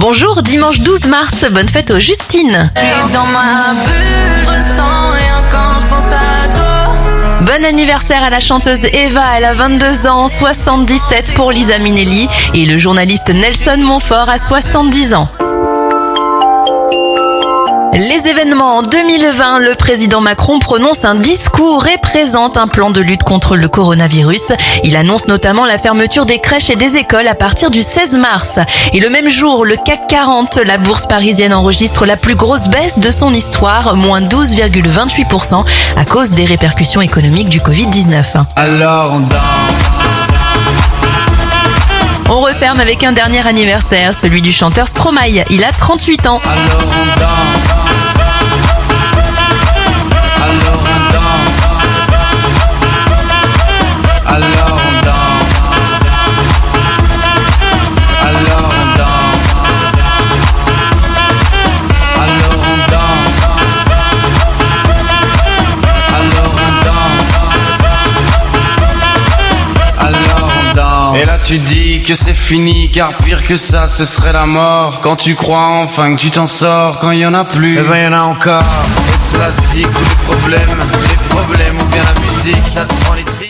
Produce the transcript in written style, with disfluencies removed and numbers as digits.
Bonjour, dimanche 12 mars, bonne fête aux Justine. Tu es dans ma bulle, je ressens rien quand je pense à toi. Bon anniversaire à la chanteuse Eva, elle a 22 ans, 77 pour Liza Minnelli et le journaliste Nelson Montfort a 70 ans. Les événements en 2020, le président Macron prononce un discours et présente un plan de lutte contre le coronavirus. Il annonce notamment la fermeture des crèches et des écoles à partir du 16 mars. Et le même jour, le CAC 40, la bourse parisienne enregistre la plus grosse baisse de son histoire, moins 12,28% à cause des répercussions économiques du Covid-19. Alors on danse. On referme avec un dernier anniversaire, celui du chanteur Stromae. Il a 38 ans. Alors on danse. Alors on danse. Alors on danse. Alors on danse. Alors on danse. Alors on danse. Alors on danse. Et là tu dis que c'est fini, car pire que ça ce serait la mort. Quand tu crois enfin que tu t'en sors, quand y en a plus, eh ben y en a encore. Et c'est la zik ou les problèmes ou bien la musique, ça te prend les